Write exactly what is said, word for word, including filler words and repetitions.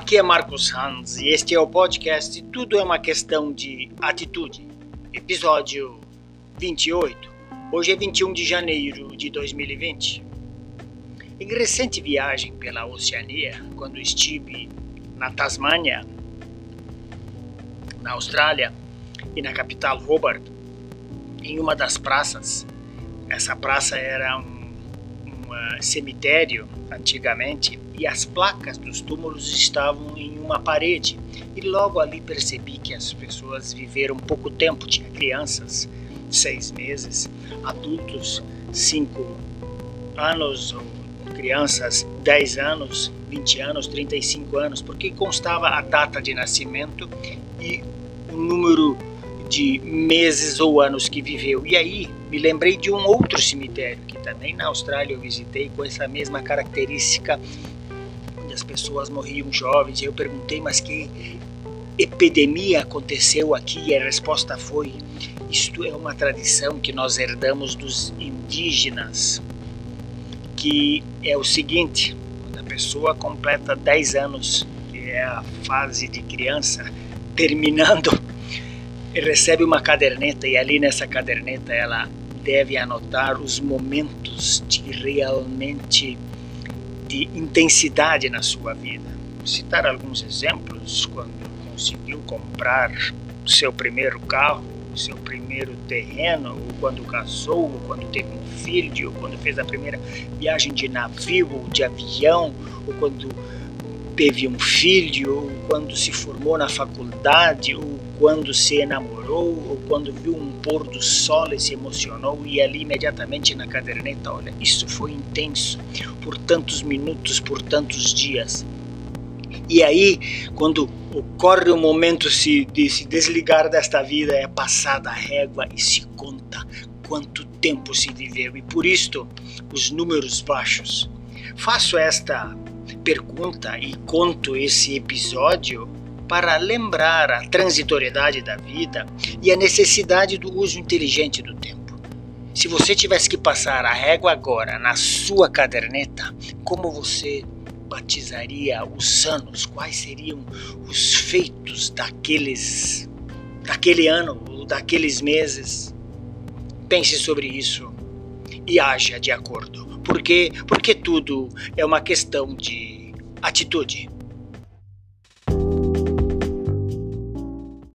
Aqui é Marcos Hans e este é o podcast Tudo é uma Questão de Atitude, episódio vinte e oito. Hoje é vinte e um de janeiro de dois mil e vinte. Em recente viagem pela Oceania, quando estive na Tasmânia, na Austrália e na capital Hobart, em uma das praças, essa praça era um um cemitério antigamente e as placas dos túmulos estavam em uma parede e logo ali percebi que as pessoas viveram pouco tempo. Tinha crianças, seis meses, adultos, cinco anos, ou crianças, dez anos, vinte anos, trinta e cinco anos, porque constava a data de nascimento e o número de meses ou anos que viveu. E aí me lembrei de um outro cemitério que também na Austrália eu visitei com essa mesma característica, onde as pessoas morriam jovens. Eu perguntei, mas que epidemia aconteceu aqui? E a resposta foi: isto é uma tradição que nós herdamos dos indígenas, que é o seguinte: quando a pessoa completa dez anos, que é a fase de criança, terminando, recebe uma caderneta e ali nessa caderneta ela deve anotar os momentos de realmente de intensidade na sua vida. Vou citar alguns exemplos: quando conseguiu comprar o seu primeiro carro, o seu primeiro terreno, ou quando casou, ou quando teve um filho, ou quando fez a primeira viagem de navio ou de avião, ou quando teve um filho, ou quando se formou na faculdade, ou quando se enamorou, ou quando viu um pôr do sol e se emocionou, e ali imediatamente na caderneta, olha, isso foi intenso, por tantos minutos, por tantos dias. E aí, quando ocorre o momento de se desligar desta vida, é passada a régua e se conta quanto tempo se viveu, e por isto os números baixos. Faço esta pergunta e conto esse episódio para lembrar a transitoriedade da vida e a necessidade do uso inteligente do tempo. Se você tivesse que passar a régua agora na sua caderneta, como você batizaria os anos? Quais seriam os feitos daqueles, daquele ano ou daqueles meses? Pense sobre isso e haja de acordo. Por quê? Porque tudo é uma questão de atitude.